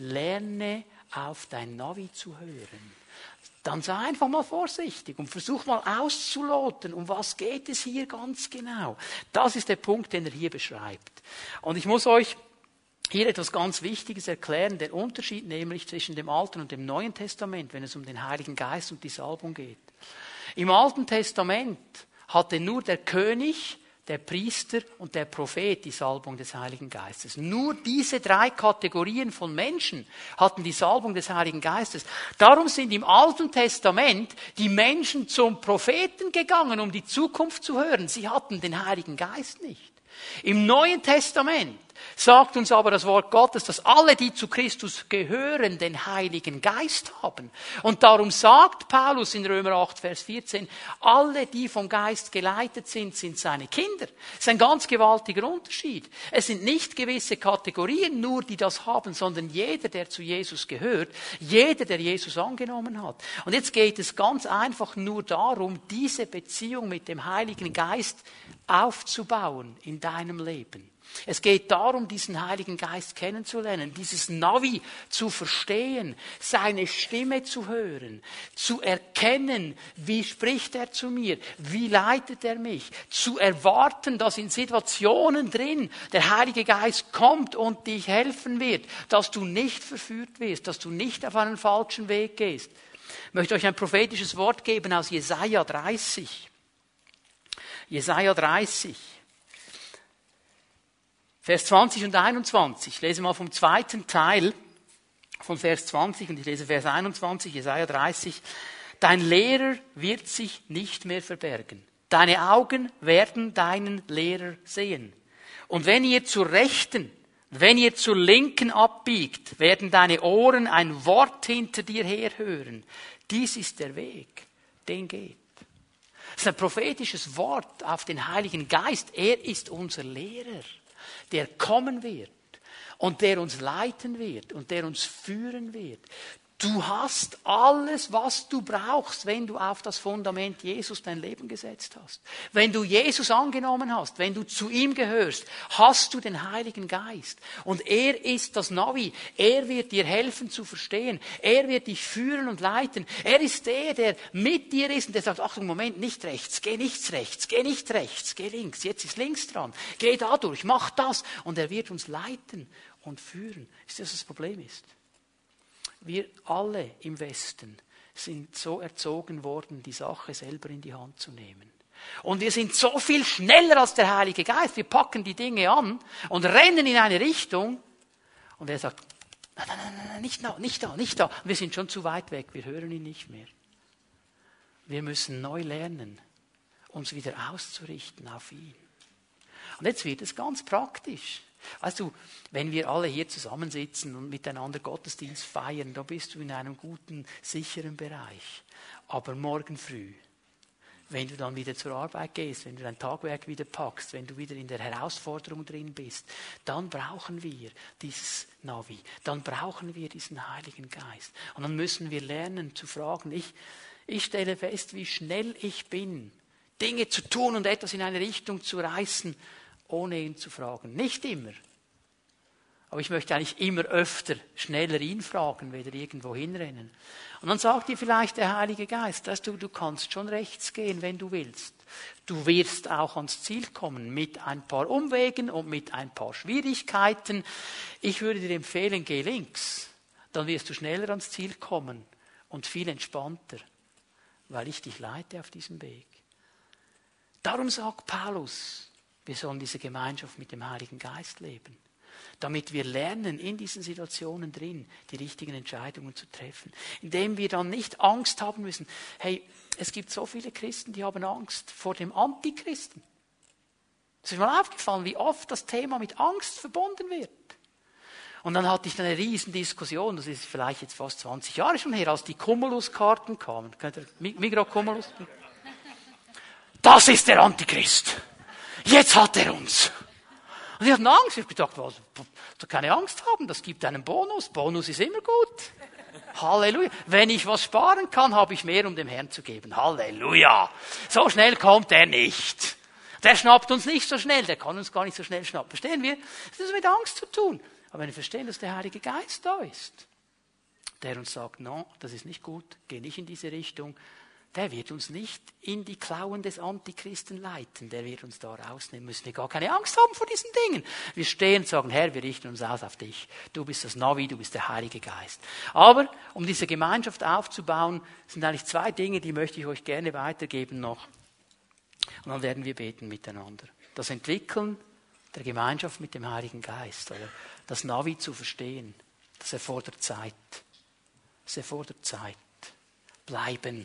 Lerne auf dein Navi zu hören. Dann sei einfach mal vorsichtig und versuch mal auszuloten, um was geht es hier ganz genau. Das ist der Punkt, den er hier beschreibt. Und ich muss euch hier etwas ganz Wichtiges erklären, der Unterschied nämlich zwischen dem Alten und dem Neuen Testament, wenn es um den Heiligen Geist und die Salbung geht. Im Alten Testament hatte nur der König, der Priester und der Prophet die Salbung des Heiligen Geistes. Nur diese 3 Kategorien von Menschen hatten die Salbung des Heiligen Geistes. Darum sind im Alten Testament die Menschen zum Propheten gegangen, um die Zukunft zu hören. Sie hatten den Heiligen Geist nicht. Im Neuen Testament sagt uns aber das Wort Gottes, dass alle, die zu Christus gehören, den Heiligen Geist haben. Und darum sagt Paulus in Römer 8, Vers 14, alle, die vom Geist geleitet sind, sind seine Kinder. Das ist ein ganz gewaltiger Unterschied. Es sind nicht gewisse Kategorien nur, die das haben, sondern jeder, der zu Jesus gehört, jeder, der Jesus angenommen hat. Und jetzt geht es ganz einfach nur darum, diese Beziehung mit dem Heiligen Geist aufzubauen in deinem Leben. Es geht darum, diesen Heiligen Geist kennenzulernen, dieses Navi zu verstehen, seine Stimme zu hören, zu erkennen, wie spricht er zu mir, wie leitet er mich, zu erwarten, dass in Situationen drin der Heilige Geist kommt und dich helfen wird, dass du nicht verführt wirst, dass du nicht auf einen falschen Weg gehst. Ich möchte euch ein prophetisches Wort geben aus Jesaja 30. Jesaja 30. Vers 20 und 21. Ich lese mal vom zweiten Teil von Vers 20 und ich lese Vers 21, Jesaja 30. Dein Lehrer wird sich nicht mehr verbergen. Deine Augen werden deinen Lehrer sehen. Und wenn ihr zur Rechten, wenn ihr zur Linken abbiegt, werden deine Ohren ein Wort hinter dir herhören. Dies ist der Weg, den geht. Das ist ein prophetisches Wort auf den Heiligen Geist. Er ist unser Lehrer, der kommen wird und der uns leiten wird und der uns führen wird. Du hast alles, was du brauchst, wenn du auf das Fundament Jesus dein Leben gesetzt hast. Wenn du Jesus angenommen hast, wenn du zu ihm gehörst, hast du den Heiligen Geist. Und er ist das Navi. Er wird dir helfen zu verstehen. Er wird dich führen und leiten. Er ist der mit dir ist und der sagt, Achtung, Moment, nicht rechts, geh nicht rechts, geh nicht rechts, geh links, jetzt ist links dran, geh da durch, mach das. Und er wird uns leiten und führen. Ist das, was das Problem ist? Wir alle im Westen sind so erzogen worden, die Sache selber in die Hand zu nehmen. Und wir sind so viel schneller als der Heilige Geist. Wir packen die Dinge an und rennen in eine Richtung. Und er sagt, nein, nicht da. Und wir sind schon zu weit weg, wir hören ihn nicht mehr. Wir müssen neu lernen, uns wieder auszurichten auf ihn. Und jetzt wird es ganz praktisch. Weißt du, wenn wir alle hier zusammensitzen und miteinander Gottesdienst feiern, da bist du in einem guten, sicheren Bereich. Aber morgen früh, wenn du dann wieder zur Arbeit gehst, wenn du dein Tagwerk wieder packst, wenn du wieder in der Herausforderung drin bist, dann brauchen wir dieses Navi, dann brauchen wir diesen Heiligen Geist. Und dann müssen wir lernen zu fragen, ich stelle fest, wie schnell ich bin, Dinge zu tun und etwas in eine Richtung zu reißen, ohne ihn zu fragen. Nicht immer. Aber ich möchte eigentlich immer öfter, schneller ihn fragen, weder irgendwo hinrennen. Und dann sagt dir vielleicht der Heilige Geist, dass du kannst schon rechts gehen, wenn du willst. Du wirst auch ans Ziel kommen mit ein paar Umwegen und mit ein paar Schwierigkeiten. Ich würde dir empfehlen, geh links. Dann wirst du schneller ans Ziel kommen und viel entspannter, weil ich dich leite auf diesem Weg. Darum sagt Paulus, wir sollen diese Gemeinschaft mit dem Heiligen Geist leben. Damit wir lernen, in diesen Situationen drin die richtigen Entscheidungen zu treffen. Indem wir dann nicht Angst haben müssen. Hey, es gibt so viele Christen, die haben Angst vor dem Antichristen. Es ist mir mal aufgefallen, wie oft das Thema mit Angst verbunden wird. Und dann hatte ich eine riesen Diskussion, das ist vielleicht jetzt fast 20 Jahre schon her, als die Cumulus-Karten kamen. Kennt ihr Migros-Cumulus? Das ist der Antichrist. Jetzt hat er uns. Und ich hatte Angst. Ich habe gedacht, keine Angst haben, das gibt einen Bonus. Bonus ist immer gut. Halleluja. Wenn ich was sparen kann, habe ich mehr, um dem Herrn zu geben. Halleluja. So schnell kommt er nicht. Der schnappt uns nicht so schnell, der kann uns gar nicht so schnell schnappen. Verstehen wir? Das hat mit Angst zu tun. Aber wenn wir verstehen, dass der Heilige Geist da ist, der uns sagt, no, das ist nicht gut, geh nicht in diese Richtung, der wird uns nicht in die Klauen des Antichristen leiten. Der wird uns da rausnehmen. Müssen wir gar keine Angst haben vor diesen Dingen. Wir stehen und sagen, Herr, wir richten uns aus auf dich. Du bist das Navi, du bist der Heilige Geist. Aber um diese Gemeinschaft aufzubauen, sind eigentlich zwei Dinge, die möchte ich euch gerne weitergeben noch. Und dann werden wir beten miteinander. Das Entwickeln der Gemeinschaft mit dem Heiligen Geist, oder das Navi zu verstehen, das erfordert Zeit. Das erfordert Zeit. Bleiben.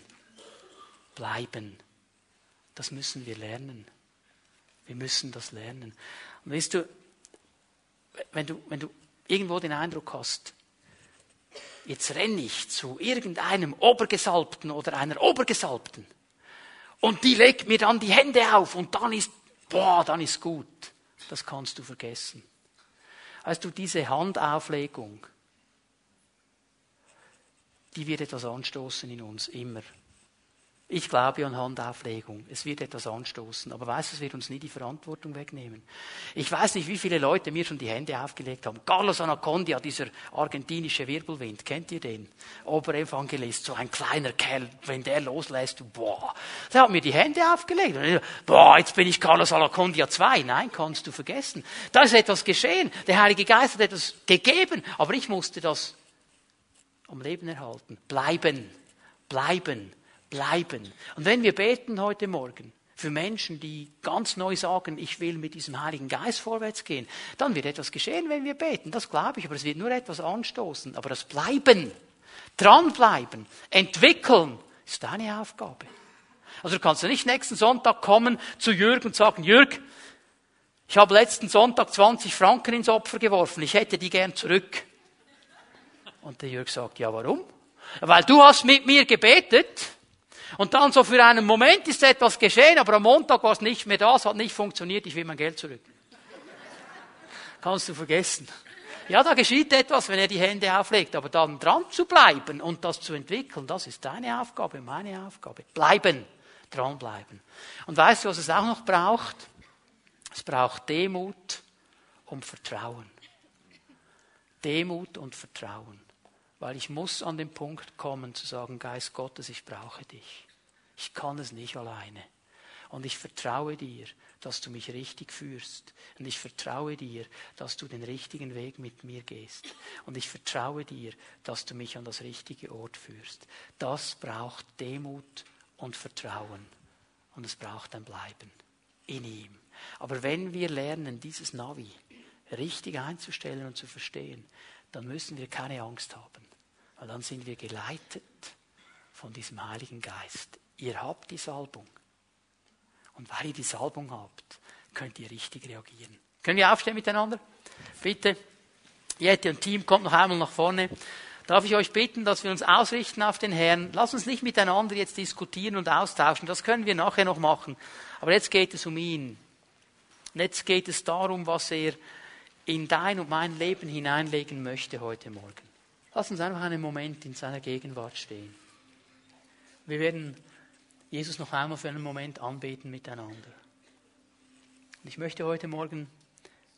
Das müssen wir lernen. Wir müssen das lernen. Und weißt du, wenn du irgendwo den Eindruck hast, jetzt renne ich zu irgendeinem Obergesalbten oder einer Obergesalbten und die legt mir dann die Hände auf und dann ist gut. Das kannst du vergessen. Weißt du, diese Handauflegung, die wird etwas anstoßen in uns, immer. Ich glaube an Handauflegung. Es wird etwas anstoßen. Aber weißt du, es wird uns nie die Verantwortung wegnehmen. Ich weiß nicht, wie viele Leute mir schon die Hände aufgelegt haben. Carlos Anacondia, dieser argentinische Wirbelwind. Kennt ihr den? Oberevangelist, so ein kleiner Kerl. Wenn der loslässt, boah. Der hat mir die Hände aufgelegt. Und ich, boah, jetzt bin ich Carlos Anacondia 2. Nein, kannst du vergessen. Da ist etwas geschehen. Der Heilige Geist hat etwas gegeben. Aber ich musste das am Leben erhalten. Bleiben. Und wenn wir beten heute Morgen für Menschen, die ganz neu sagen, ich will mit diesem Heiligen Geist vorwärts gehen, dann wird etwas geschehen, wenn wir beten. Das glaube ich, aber es wird nur etwas anstoßen. Aber das Bleiben, dranbleiben, entwickeln, ist deine Aufgabe. Also du kannst ja nicht nächsten Sonntag kommen zu Jürg und sagen, Jürg, ich habe letzten Sonntag 20 Franken ins Opfer geworfen, ich hätte die gern zurück. Und der Jürg sagt, ja warum? Weil du hast mit mir gebetet. Und dann so für einen Moment ist etwas geschehen, aber am Montag war es nicht mehr da, es hat nicht funktioniert, ich will mein Geld zurück. Kannst du vergessen. Ja, da geschieht etwas, wenn er die Hände auflegt, aber dann dran zu bleiben und das zu entwickeln, das ist deine Aufgabe, meine Aufgabe. Bleiben, dranbleiben. Und weißt du, was es auch noch braucht? Es braucht Demut und Vertrauen. Demut und Vertrauen. Weil ich muss an den Punkt kommen zu sagen, Geist Gottes, ich brauche dich. Ich kann es nicht alleine. Und ich vertraue dir, dass du mich richtig führst. Und ich vertraue dir, dass du den richtigen Weg mit mir gehst. Und ich vertraue dir, dass du mich an das richtige Ort führst. Das braucht Demut und Vertrauen. Und es braucht ein Bleiben in ihm. Aber wenn wir lernen, dieses Navi richtig einzustellen und zu verstehen, dann müssen wir keine Angst haben. Weil dann sind wir geleitet von diesem Heiligen Geist. Ihr habt die Salbung. Und weil ihr die Salbung habt, könnt ihr richtig reagieren. Können wir aufstehen miteinander? Bitte. Jette und Team, kommt noch einmal nach vorne. Darf ich euch bitten, dass wir uns ausrichten auf den Herrn? Lass uns nicht miteinander jetzt diskutieren und austauschen. Das können wir nachher noch machen. Aber jetzt geht es um ihn. Und jetzt geht es darum, was er in dein und mein Leben hineinlegen möchte heute Morgen. Lass uns einfach einen Moment in seiner Gegenwart stehen. Wir werden Jesus noch einmal für einen Moment anbeten miteinander. Und ich möchte heute Morgen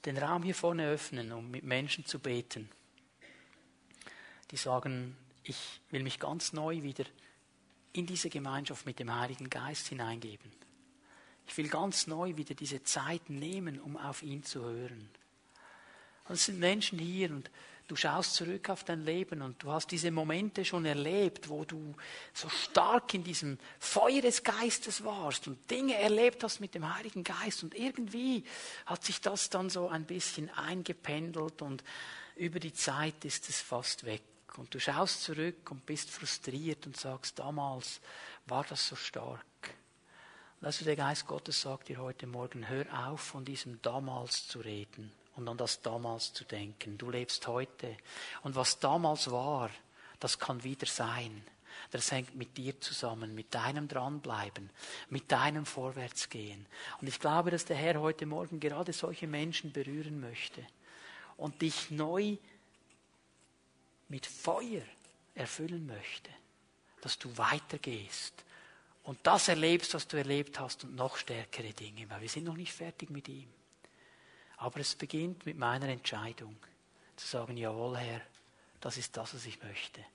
den Raum hier vorne öffnen, um mit Menschen zu beten, die sagen, ich will mich ganz neu wieder in diese Gemeinschaft mit dem Heiligen Geist hineingeben. Ich will ganz neu wieder diese Zeit nehmen, um auf ihn zu hören. Und es sind Menschen hier und du schaust zurück auf dein Leben und du hast diese Momente schon erlebt, wo du so stark in diesem Feuer des Geistes warst und Dinge erlebt hast mit dem Heiligen Geist und irgendwie hat sich das dann so ein bisschen eingependelt und über die Zeit ist es fast weg. Und du schaust zurück und bist frustriert und sagst, damals war das so stark. Und also der Geist Gottes sagt dir heute Morgen, hör auf, von diesem damals zu reden und an das damals zu denken. Du lebst heute. Und was damals war, das kann wieder sein. Das hängt mit dir zusammen, mit deinem Dranbleiben, mit deinem Vorwärtsgehen. Und ich glaube, dass der Herr heute Morgen gerade solche Menschen berühren möchte und dich neu mit Feuer erfüllen möchte, dass du weitergehst und das erlebst, was du erlebt hast und noch stärkere Dinge, weil wir sind noch nicht fertig mit ihm. Aber es beginnt mit meiner Entscheidung, zu sagen, jawohl Herr, das ist das, was ich möchte.